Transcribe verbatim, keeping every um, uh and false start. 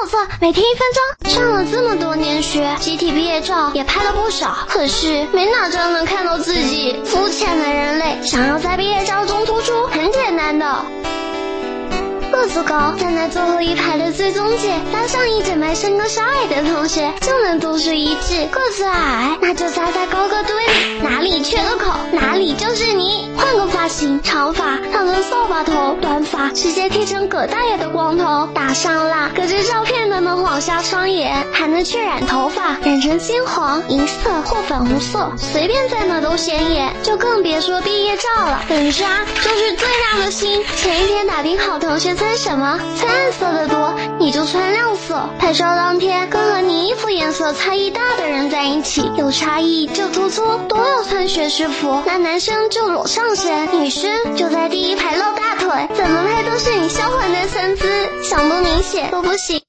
有错，每天一分钟。上了这么多年学，集体毕业照也拍了不少，可是没哪张能看到自己。肤浅的人类想要在毕业照中突出，很简单的。个子高，站在最后一排的最中间，搭上一整排身高稍矮的同学，就能独树一帜。个子矮，那就扎在高个堆里，哪里缺个口，哪里就是你。换个发型，长发烫成扫把头，短发直接剃成葛大爷的光头，打上蜡，隔着照片都能晃瞎双眼，还能去染头发，染成金黄、银色或粉红色，随便在哪都显眼，就更别说毕业照了。粉刷就是最亮的星，前一天打听好同学穿什么，穿暗色的多，你就穿亮色。拍照当天跟和你衣服颜色差异大的人在一起，有差异就突出，都要穿学士服。那男生就裸上身，女生就在第一排露大腿，怎么拍都是你销魂的身姿，想不明显都不行。